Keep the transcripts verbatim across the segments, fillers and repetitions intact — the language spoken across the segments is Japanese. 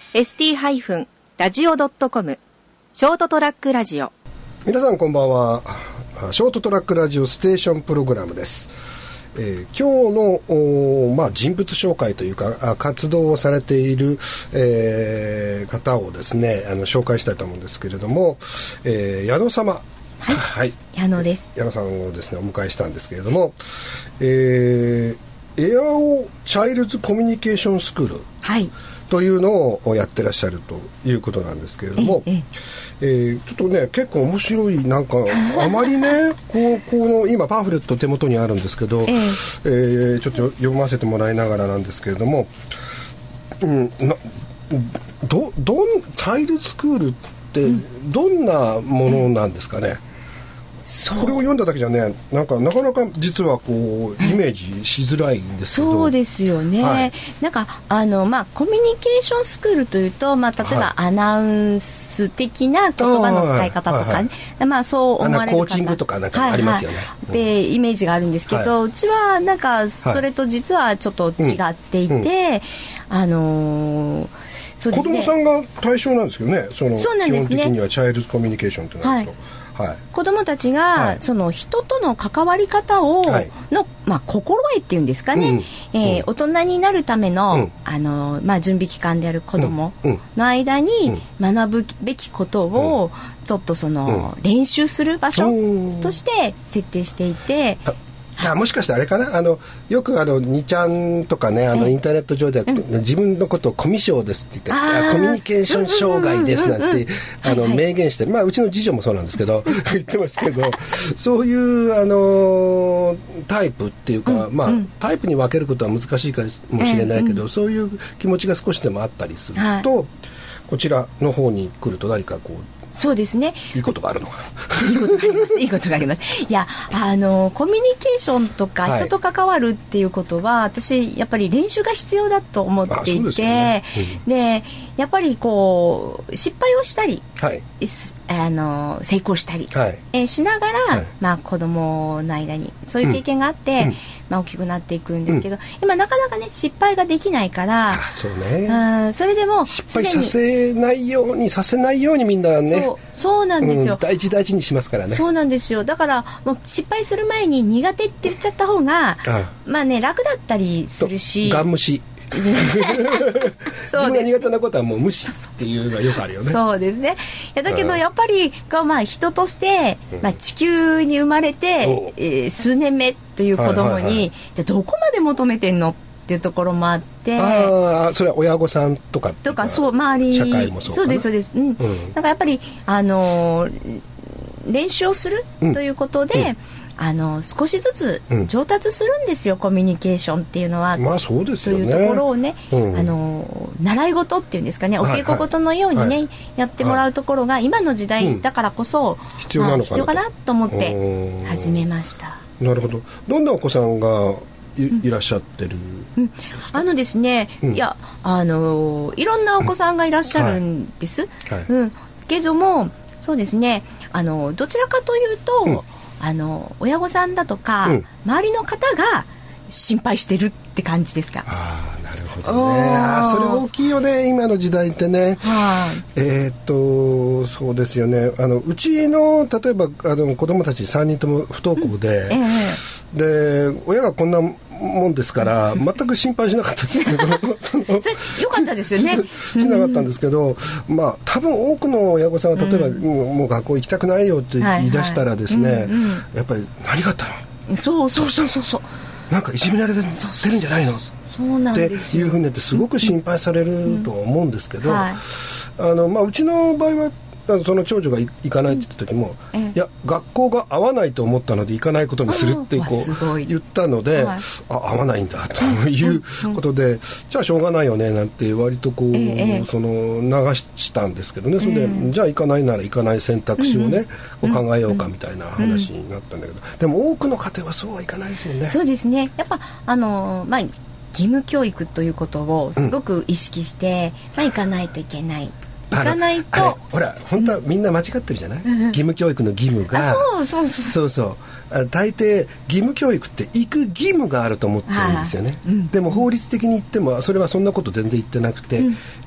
エスティー ラジオ ドットコム ショートトラックラジオ。 皆さんこんばんは。ショートトラックラジオステーションプログラムです。えー、今日の、まあ、人物紹介というか活動をされている、えー、方をですねあの紹介したいと思うんですけれども、えー、矢野様、 はい、はい、矢野です。 矢野さんをですねお迎えしたんですけれども、えー、エアオチャイルズコミュニケーションスクール、 はい、 というのをやってらっしゃるということなんですけれども、えええー、ちょっとね結構面白いなんかあまりねこうこの今パンフレット手元にあるんですけど、えええー、ちょっと読ませてもらいながらなんですけれども、うん、などどんチャイルドスクールってどんなものなんですかね。これを読んだだけじゃねなんかなかなか実はこうイメージしづらいんですけど、 そうですよね、はい、なんかあの、まあ、コミュニケーションスクールというと、まあ、例えばアナウンス的な言葉の使い方とかね、はいはい、まあ、そう思われる方、 コーチングとかなんかありますよね、はいはい、 でイメージがあるんですけど、はい、うちはなんかそれと実はちょっと違っていて、はいうん、あのーそうですね、 子供さんが対象なんですけどね、そのそうなんですね、 基本的にはチャイルドコミュニケーションとなると、はいはい、 子どもたちが、はい、その人との関わり方を、はい、の、まあ、心得っていうんですかね、うんえーうん、大人になるための、うん、あのまあ、準備期間である子どもの間に学ぶべきことを、うん、ちょっとその、うん、練習する場所として設定していて、 あもしかしてあれかなあのよくあのにちゃんとかねあのインターネット上では、うん、自分のことをコミュ障ですって言ってコミュニケーション障害ですなんてあの明言して、まあうちの次女もそうなんですけど言ってますけどそういうあのタイプっていうか、うん、まあタイプに分けることは難しいかもしれないけど、うん、そういう気持ちが少しでもあったりすると、はい、こちらの方に来ると何かこうそうですね。 いいことがあるのかな。 いいことがあります。いいことがあります。いや、あのコミュニケーションとか人と関わるっていうことは、はい、私やっぱり練習が必要だと思っていて、ねうん、でやっぱりこう失敗をしたり、はい、あの成功したり、はいえー、しながら、はいまあ、子供の間にそういう経験があって、うんまあ、大きくなっていくんですけど、うん、今なかなかね失敗ができないからあそうねあそれでも失敗させないようにさせないようにみんなねそう、そうなんですよ、 うん、大事大事にしますからね。 そうなんですよ。だからもう失敗する前に苦手って言っちゃった方があまあね楽だったりするしガン無視自分が苦手なことはもう無視っていうのはよくあるよね。 そうですね。いやだけどやっぱりこう、まあ、人として、まあ、地球に生まれて、えー、数年目という子供に、はいはいはい、じゃあどこまで求めてんのっていうところもあってあそれは親御さんとかとかそう周り社会もそうかなそうですそうです、うんうん、だからやっぱり、あのー、練習をするということで、うんうんあの少しずつ上達するんですよ、うん、コミュニケーションっていうのは、 まあそうですよね、 というところをね、うん、あの習い事っていうんですかね、お稽古事のようにね、はいはい、やってもらうところが今の時代だからこそ、うん、 必要なのかなと、まあ、必要かなと思って始めました。 なるほど。どんなお子さんが い, いらっしゃってる、 うん、あのですね、うん、いやあのいろんなお子さんがいらっしゃるんです、はいはいうん、けどもそうですねあのどちらかというと、うんあの親御さんだとか、うん、周りの方が心配してるって感じですか。 ああなるほどね。あそれ大きいよね今の時代ってね。えー、っとそうですよね。あのうちの例えばあの子供たちさんにんとも不登校で、うんえー、で親がこんなもんですから全く心配しなかったですけどそのそれ良かったですよねしなかったんですけど、うん、まあ多分多くの親御さんは例えば、うん、もう学校行きたくないよって言い出したらですね、はいはいうんうん、やっぱり何があったのそうそうそうそうそうなんかいじめられてるんじゃないのそうなんですよっていうふうになってすごく心配されると思うんですけど、うんうんはいあのまあ、うちの場合はその長女が行かないって言った時も、うん、いや学校が合わないと思ったので行かないことにするってこう言ったので、はい、あ合わないんだということで、うん、じゃあしょうがないよねなんて割とこう、ええ、その流したんですけどね。それで、うん、じゃあ行かないなら行かない選択肢をね、うん、考えようかみたいな話になったんだけど、でも多くの家庭はそうはいかないですよね。 そうですね。やっぱあのまあ義務教育ということをすごく意識して、うんまあ、行かないといけない行かないとあれほら本当はみんな間違ってるじゃない、うん、義務教育の義務がそうそうそうそうそう大抵義務教育って行く義務があると思ってるんですよね、うん、でも法律的に言ってもそれはそんなこと全然言ってなくて、うん、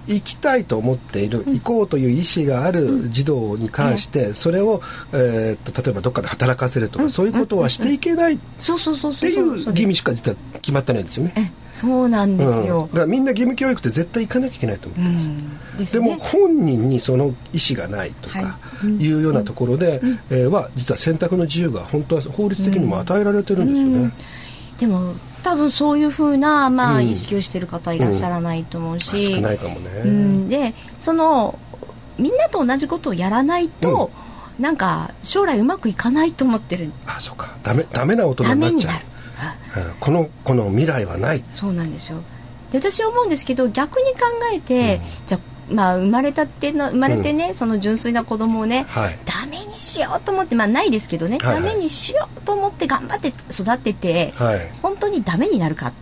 行きたいと思っている、うん、行こうという意思がある児童に関して、うん、それを、えー、っと例えばどっかで働かせるとか、うん、そういうことはしていけないっていう義務しか実は決まってないんですよね。 そうなんですよ、 うん、だからみんな義務教育って絶対行かなきゃいけないと思ってます、うんですね、でも本人にその意思がないとかいうようなところで、うんえー、は実は選択の自由が本当は法律的にも与えられてるんですよね、うんうん、 でも多分そういうふうな、まあうん、意識をしている方いらっしゃらないと思うし、 うん、少ないかもね、 うん、でそのみんなと同じことをやらないと、うん、なんか将来うまくいかないと思ってる。 あ、そうか、ダメ、ダメな大人になっちゃう。この、この未来はない。 そうなんですよ。で私は思うんですけど、逆に考えて、うん、じゃあ、まあ、生まれたっての生まれてね、うん、その純粋な子供をね、はい、ダメにしようと思って、まあないですけどね、はいはい、ダメにしようと思って頑張って育てて、はい、本当にダメになるか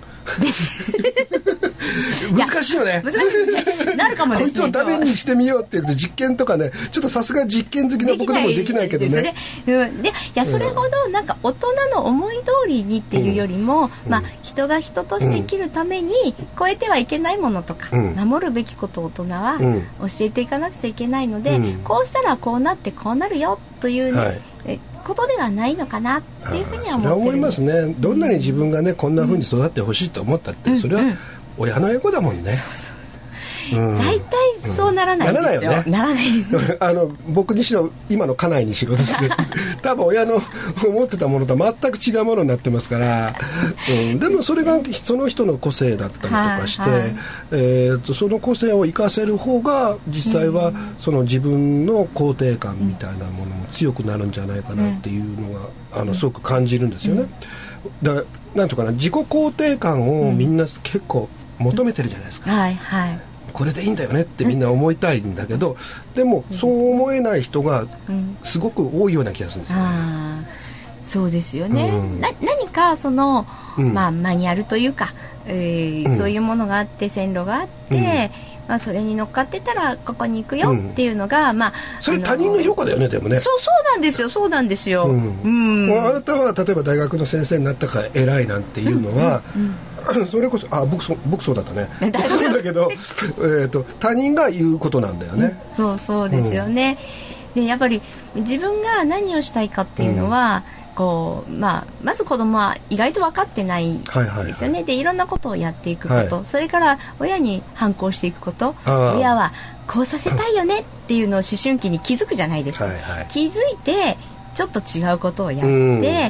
難しいよね。 難しいね。なるかもですね。 こいつをダメにしてみようっていう実験とかね、ちょっとさすが実験好きな僕でもできないけどね。 で、うん、でいやそれほどなんか大人の思い通りにっていうよりも、うん、まあ人が人として生きるために超えてはいけないものとか、うん、守るべきことを大人は教えていかなくちゃいけないので、うん、こうしたらこうなってこうなるよという、ね、はい、えことではないのかなっていうふうには思ってるんです。それは思いますね。どんなに自分がねこんなふうに育ってほしいと思ったって、うん、それは親のエゴだもんね。そうそう、 うん、大体そうならないですよ、うん、ならないよね。ならないあの僕にしろ今の家内にしろですね多分親の思ってたものと全く違うものになってますから、うん、でもそれがその人の個性だったりとかして、はいはい、えー、とその個性を生かせる方が実際はその自分の肯定感みたいなものも強くなるんじゃないかなっていうのが、あのすごく感じるんですよね。だからなんとかな、自己肯定感をみんな結構求めてるじゃないですか、 うん、はいはい、 これでいいんだよねってみんな思いたいんだけど、でもそう思えない人がすごく多いような気がするんですよね。 あ、そうですよね、うん、な何かその、うん、まあ、マニュアルというか、えーうん、そういうものがあって線路があって、うん、まあ、それに乗っかってたらここに行くよっていうのが、うん、まあ、 それ他人の評価だよね。でもね、 そうそうなんですよ、そうなんですよ、うんうん、 あなたは例えば大学の先生になったから偉いなんていうのは、うんうんうん、それこそあ 僕, そ僕そうだったねそうだけど、えー、と他人が言うことなんだよね、 うん、そうそうですよね、うん、でやっぱり自分が何をしたいかっていうのは、うん、こうまあ、まず子供は意外と分かってないですよね、はいはいはい、でいろんなことをやっていくこと、はい、それから親に反抗していくこと、親はこうさせたいよねっていうのを思春期に気づくじゃないですか、はいはい、気づいてちょっと違うことをやって、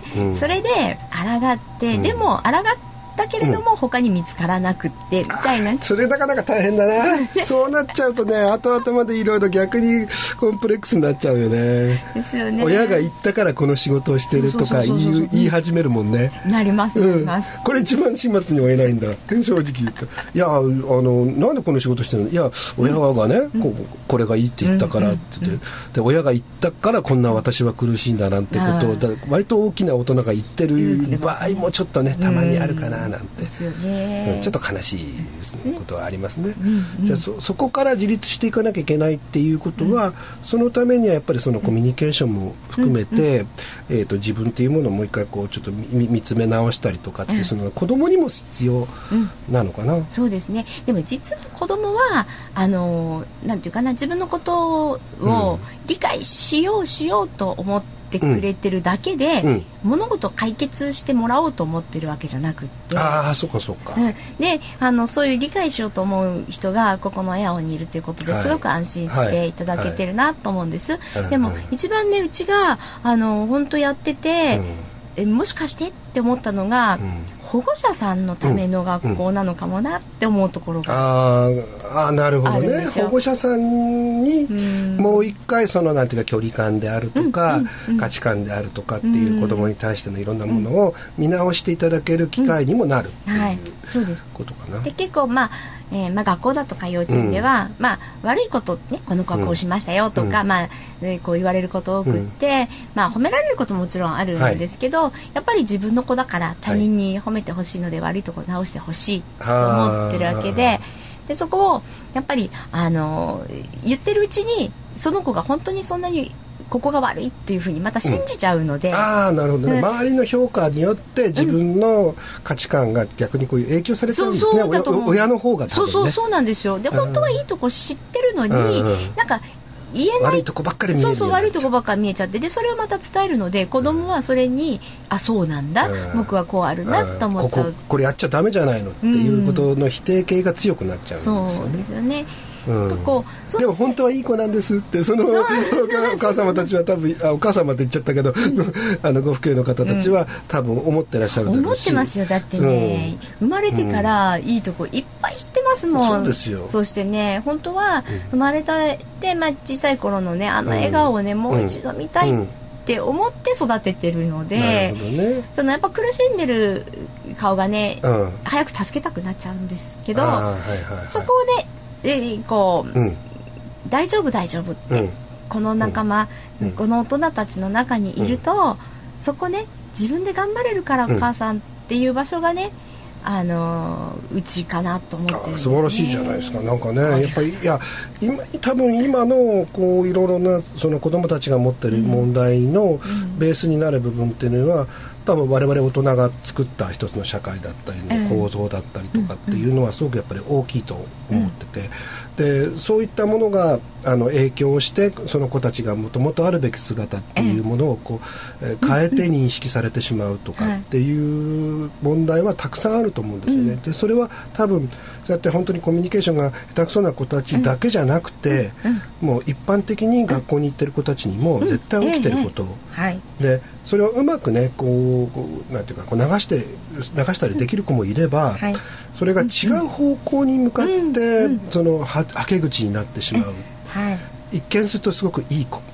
うんうん、それで抗って、うん、でも抗ってだけれども、うん、他に見つからなくってみたいな、 それなかなか大変だなそうなっちゃうとね、後々までいろいろ逆にコンプレックスになっちゃうよね。ですよね。親が言ったからこの仕事をしてるとか言い始めるもんね。 なります、なります、 うん、これ一番始末に負えないんだ正直言うと。いや、あのなんでこの仕事してるの、いや親がね、うん、こ, これがいいって言ったからって言って、うんうんうん、で親が言ったからこんな私は苦しいんだなんてことをだ割と大きな大人が言ってる場合もちょっとねたまにあるかななんて、ですよね、うん、ちょっと悲しいことはありますね、うんうん、じゃあ そ, そこから自立していかなきゃいけないっていうことは、うん、そのためにはやっぱりそのコミュニケーションも含めて、うんうん、えー、と自分っていうものをもう一回こうちょっと 見, 見つめ直したりとかっていう、その子供にも必要なのかな、うん、 そうですね。でも実は子供はあのなんていうかな、自分のことを理解しようしようと思っててくれてるだけで、うんうん、物事を解決してもらおうと思ってるわけじゃなくって、 ああそうかそうか、 うん、であのそういう理解しようと思う人がここのエアオにいるということですごく安心していただけてるなと思うんです、はいはい、でも、うん、一番ねうちがあの本当やってて、うん、えもしかしてって思ったのが、うん、保護者さんのための学校なのかもなって思うところが、 うんうん、ああなるほどね。保護者さんにもう一回そのなんていうか距離感であるとか、うんうんうん、価値観であるとかっていう子供に対してのいろんなものを見直していただける機会にもなるっていうことかな、 はい、で結構まあえーまあ、学校だとか幼稚園では、うん、まあ、悪いこと、ね、この子はこうしましたよとか、うんまあね、こう言われること多くって、うんまあ、褒められることももちろんあるんですけど、はい、やっぱり自分の子だから他人に褒めてほしいので悪いところ直してほしいと思ってるわけで、でそこをやっぱりあの言ってるうちにその子が本当にそんなにここが悪いっていうふうにまた信じちゃうので、 うん、ああなるほどね、うん、周りの評価によって自分の価値観が逆にこういう影響されちゃうんですね、 そうそう親の方が多分ね。 そうそうそうなんですよ。で本当はいいとこ知ってるのに、うん、なんか言えない悪いとこばっかり見えるようになっちゃう。 そうそう悪いとこばっかり見えちゃって、でそれをまた伝えるので子供はそれに、うん、あそうなんだ、うん、僕はこうあるなと思っちゃう、 こここれやっちゃダメじゃないのっていうことの否定形が強くなっちゃうんですよね。 そうですよね。 うん、こうでも本当はいい子なんですってそのお母様たちは多分あお母様って言っちゃったけど、うん、あのご父兄の方たちは多分思ってらっしゃるだろうし、 思ってますよ。だってね、うん、生まれてからいいとこいっぱい知ってますもん、うん、 そうですよ。 そしてね本当は生まれたで、まあ、小さい頃のねあの笑顔をね、うん、もう一度見たいって思って育ててるので、なるほどね、そのやっぱ苦しんでる顔がね、うん、早く助けたくなっちゃうんですけど、はいはいはい、そこででこう、うん、大丈夫大丈夫って、うん、この仲間、うん、この大人たちの中にいると、うん、そこね自分で頑張れるからお母さんっていう場所がね、あのうちかなと思ってるんですね。 素晴らしいじゃないですか。なんかねやっぱりいや今多分今のこういろいろなその子どもたちが持ってる問題のベースになる部分っていうのは、多分我々大人が作った一つの社会だったりの構造だったりとかっていうのはすごくやっぱり大きいと思ってて、でそういったものがあの影響してその子たちがもともとあるべき姿っていうものをこう、えー、変えて認識されてしまうとかっていう問題はたくさんあると思うんですよね。でそれは多分そうやって本当にコミュニケーションが下手くそな子たちだけじゃなくて、もう一般的に学校に行ってる子たちにも絶対起きてることで、それをうまくねこう、こうなんていうかこう流して流したりできる子もいれば、はい、それが違う方向に向かって、うん、そのはけ口になってしまう、はい、一見するとすごくいい子、はい、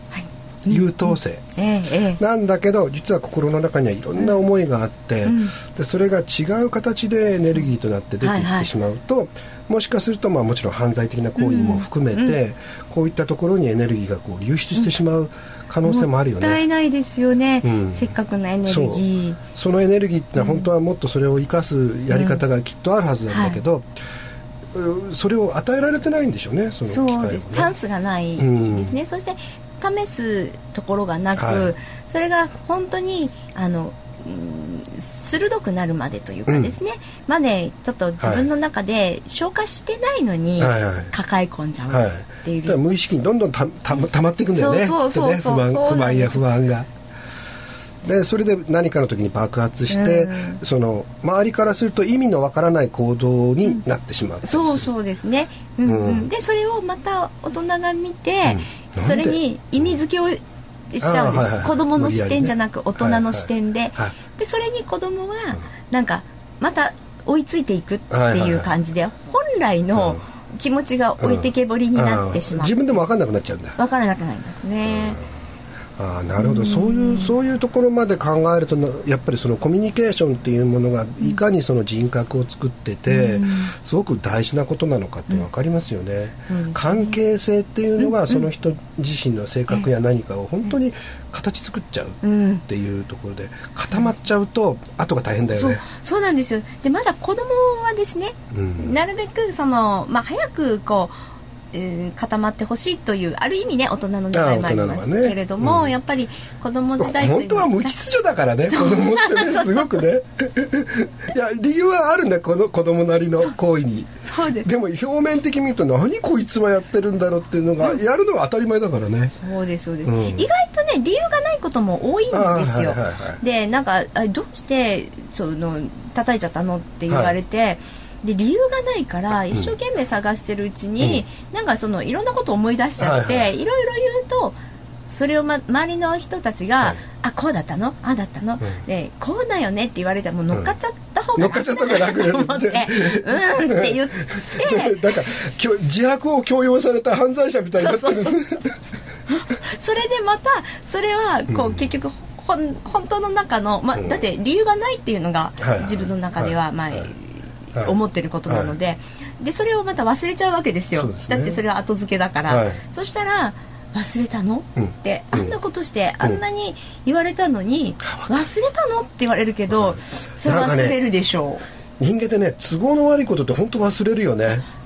優等生、うんええ、なんだけど実は心の中にはいろんな思いがあって、うん、でそれが違う形でエネルギーとなって出ていってしまうと、はいはい、もしかするとまあもちろん犯罪的な行為も含めて、うんうん、こういったところにエネルギーがこう流出してしまう可能性もあるよね。 もったいないですよね、うん、せっかくのエネルギー。 そ, そのエネルギーってのは本当はもっとそれを生かすやり方がきっとあるはずなんだけど、うんはい、それを与えられてないんでしょうね。その機会をね。 そうです。チャンスがないですね、うん、そして試すところがなく、はい、それが本当にあの鋭くなるまでというかですね、うん、までちょっと自分の中で消化してないのに抱え込んじゃうっていう、はいはい、 無意識にどんどんたたたまっていくんだよね。 そうそうそうそう、 不満、不満や不安がでそれで何かの時に爆発して、うん、その周りからすると意味のわからない行動になってしまう、うん、 そうそうですね、うんうん、でそれをまた大人が見て、うん、それに意味付けをしちゃうんです、はいはい、子供の視点じゃなく大人の視点で、はいはい、でそれに子供はなんかまた追いついていくっていう感じで、はいはいはい、本来の気持ちが置いてけぼりになってしまう、 自分でも分かんなくなっちゃうんだ。 分からなくなりますね。 ああなるほど、うん、そういうそういうところまで考えるとやっぱりそのコミュニケーションっていうものがいかにその人格を作ってて、うん、すごく大事なことなのかって分かりますよね、うん、関係性っていうのがその人自身の性格や何かを本当に形作っちゃうっていうところで固まっちゃうと後が大変だよね。 そう、そうなんですよ。でまだ子供はですね、うん、なるべくその、まあ、早くこう固まってほしいというある意味ね大人の願いもありますけれども、ねうん、やっぱり子供時代という本当は無秩序だからね子供ってねすごくねいや理由はあるんだこの子供なりの行為に。 そうです。 でも表面的に見ると何こいつはやってるんだろうっていうのが、うん、やるのが当たり前だからね。 そうですそうです、うん、意外とね理由がないことも多いんですよ、はいはいはい、でなんかどうしてその叩いちゃったのって言われて、はいで理由がないから一生懸命探してるうちに、うん、なんかそのいろんなことを思い出しちゃって、はいはい、いろいろ言うとそれを、ま、周りの人たちが、はい、あこうだったのああだったの、うん、でこうだよねって言われたらもう乗っかっちゃった方が楽だなと思って、うんって言ってなんか自白を強要された犯罪者みたいになってる。 それでまたそれはこう、うん、結局本当の中の、ま、だって理由がないっていうのが、うん、自分の中では、まあ、はいはい思ってることなので、はい、でそれをまた忘れちゃうわけですよ。そうですね、だってそれは後付けだから、はい、そしたら忘れたの、うん、ってあんなことして、うん、あんなに言われたのに、うん、忘れたのって言われるけど、うん、それ忘れるでしょう、 ね、人間ってね都合の悪いことって本当忘れるよね。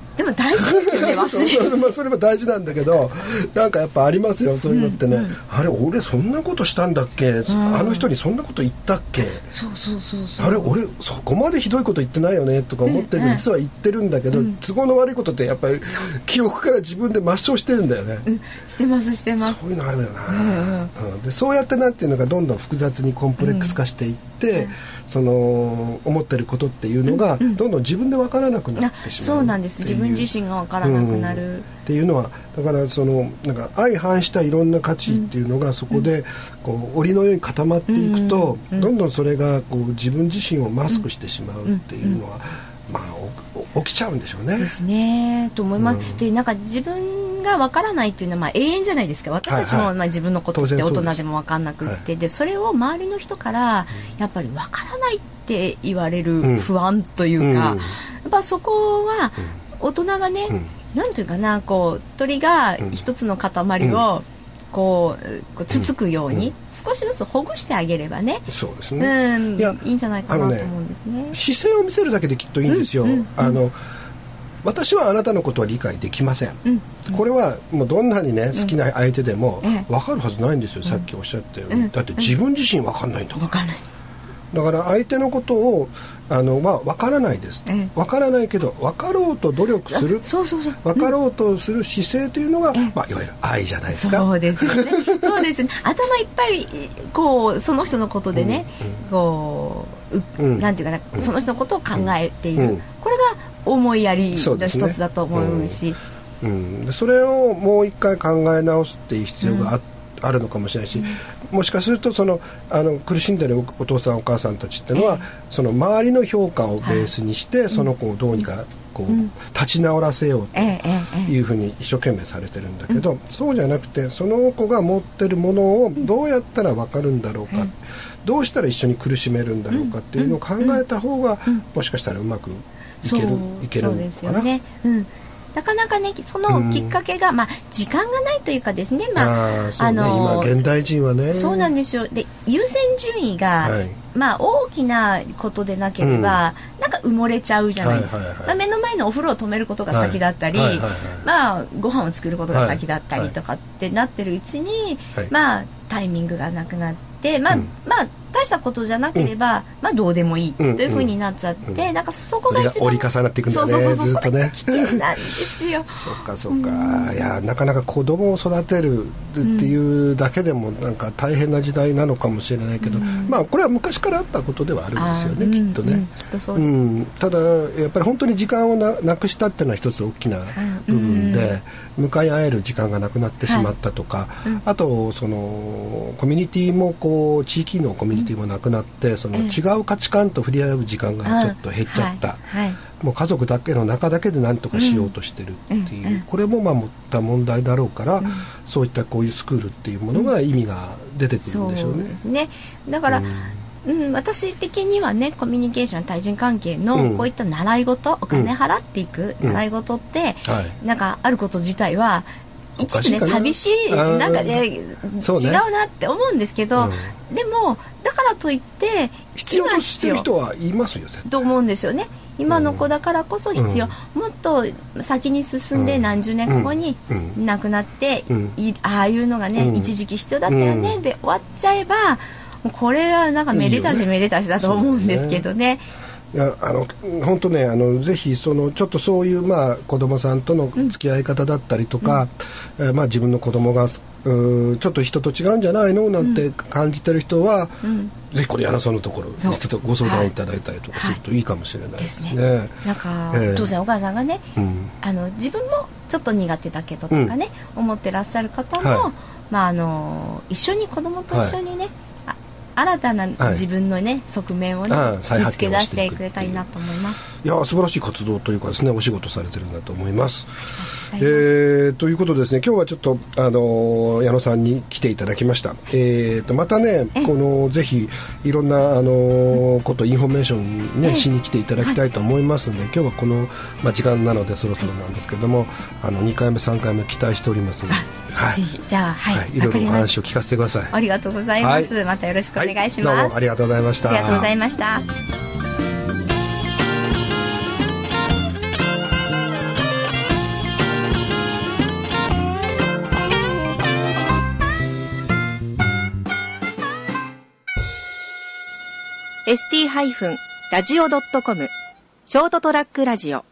でも大事ですよね、忘れそうそう、まあ、それも大事なんだけど、なんかやっぱありますよ、そういうのってね、うんうん、あれ俺そんなことしたんだっけ、うん、あの人にそんなこと言ったっけ、 そうそうそうそう、 あれ俺そこまでひどいこと言ってないよねとか思ってるけど、うん、実は言ってるんだけど、うん、都合の悪いことってやっぱり記憶から自分で抹消してるんだよね、 うん、してますしてます、 そういうのあるよな、うんうん、でそうやってなんていうのがどんどん複雑にコンプレックス化していって、うん、その思ってることっていうのが、うんうん、どんどん自分で分からなくなってしまう。 そうなんです、自分自身が分からなくなる、うん、 っていうのはだからそのなんか相反したいろんな価値っていうのがそこでこう檻のように固まっていくと、うんうん、どんどんそれがこう自分自身をマスクしてしまうっていうのは、うんうん、まあ起きちゃうんでしょうね。 ですねと思います、うん、でなんか自分が分からないっていうのはまあ永遠じゃないですか。私たちもまあ自分のことって大人でも分かんなくって、はい、でそれを周りの人からやっぱり分からないって言われる不安というか、うんうん、やっぱそこは大人がね、うん、なんていうかな、こう鳥が一つの塊をこう、こうつつくように、うん、少しずつほぐしてあげればね、 そうですね、 うん、いやいいんじゃないかなと思うんですね。 姿勢を見せるだけできっといいんですよ、うんうんうん、あの私はあなたのことは理解できません、うんうん、これはもうどんなにね好きな相手でも分かるはずないんですよ、うん、さっきおっしゃったように、うん、だって自分自身分かんないんだから、分かんない、だから相手のことをあの、まあ、分からないです、ええ、分からないけど分かろうと努力する、 そうそうそう、 分かろうとする姿勢というのが、まあ、いわゆる愛じゃないですか。 そうですよねそうですね、頭いっぱいこうその人のことでね、うんうん、こう、うん、なんていうかな、うん、その人のことを考えている、うん、これが思いやりの一つだと思うし、 うんうん、でそれをもう一回考え直すっていう必要があって、うんあるのかもしれないし、うん、もしかするとそのあの苦しんでるお父さんお母さんたちっていうのは、えー、その周りの評価をベースにして、はい、その子をどうにかこう、うん、立ち直らせようというふうに一生懸命されてるんだけど、うん、そうじゃなくてその子が持ってるものをどうやったら分かるんだろうか、うん、どうしたら一緒に苦しめるんだろうかっていうのを考えた方が、うん、もしかしたらうまくいける、いけるのかな。そうですよね、うんなかなかねそのきっかけが、うんまあ、時間がないというかですね、まああそうね、あの今現代人はねそうなんですよ。で優先順位が、はいまあ、大きなことでなければ、うん、なんか埋もれちゃうじゃないですか、はいはいはいまあ、目の前のお風呂を止めることが先だったり、はいはいはいはいまあ、ご飯を作ることが先だったりとかってなってるうちに、はいまあ、タイミングがなくなって、まあ、うん、まあ大したことじゃなければ、うん、まあどうでもいいというふうになっちゃって、うんうん、なんかそこが一番それが折り重なっていくんだね、 そうそうそうずっとね、 それが危険なんですよそっかそっか、うん、いやなかなか子供を育てるっていうだけでもなんか大変な時代なのかもしれないけど、うん、まあこれは昔からあったことではあるんですよね、きっとね、うんきっとそうです、うん、ただやっぱり本当に時間を な, なくしたっていうのは一つ大きな部分で、うん、向かい合える時間がなくなってしまったとか、はいうん、あとそのコミュニティもこう地域のコミュニティもなくなって、うん、その違う価値観と触れ合う時間がちょっと減っちゃった、はいはい、もう家族だけの中だけで何とかしようとしてるっていう、うんうん、これもまあ持った問題だろうから、うん、そういったこういうスクールっていうものが意味が出てくるんでしょうね、うん、そうですね。だから、うんうん、私的にはねコミュニケーション対人関係のこういった習い事、うん、お金払っていく習い事って、うんはい、なんかあること自体は一部ね寂しいなんかね、ね、違うなって思うんですけど、うん、でもだからといって必要としてる人はいますよと思うんですよね。今の子だからこそ必要、うん、もっと先に進んで何十年後に亡くなって、うん、いああいうのがね、うん、一時期必要だったよね、うん、で終わっちゃえばもうこれはなんかめでたしめでたしだと思うんですけどね。 いやあの本当ねあのぜひそのちょっとそういう、まあ、子供さんとの付き合い方だったりとか、うんえーまあ、自分の子供がうちょっと人と違うんじゃないのなんて感じてる人は、うん、ぜひこれ柳さんのところちょっとご相談いただいたりとかするといいかもしれないですね。はいはい、ですね。なんか、えー、当然お母さんがね、うん、あの自分もちょっと苦手だけどとかね、うん、思ってらっしゃる方も、はいまあ、あの一緒に子供と一緒にね、はい新たな自分のね、はい、側面をね見つけ出してくれたらいいなと思います。 いや素晴らしい活動というかですねお仕事されてるんだと思います。えー、ということでですね今日はちょっとあの矢野さんに来ていただきました。えー、とまたねこのぜひいろんなあのことインフォメーションねしに来ていただきたいと思いますので、はい、今日はこの、まあ、時間なのでそろそろなんですけどもあのにかいめさんかいめ期待しておりますので、 はい、ぜひじゃあ、はいはい、 いろいろお話を聞かせてください。 ありがとうございます、はい、またよろしくお願いします、 はい、どうもありがとうございました。 ありがとうございました。 エスティー ラジオ ドットコム ショートトラックラジオ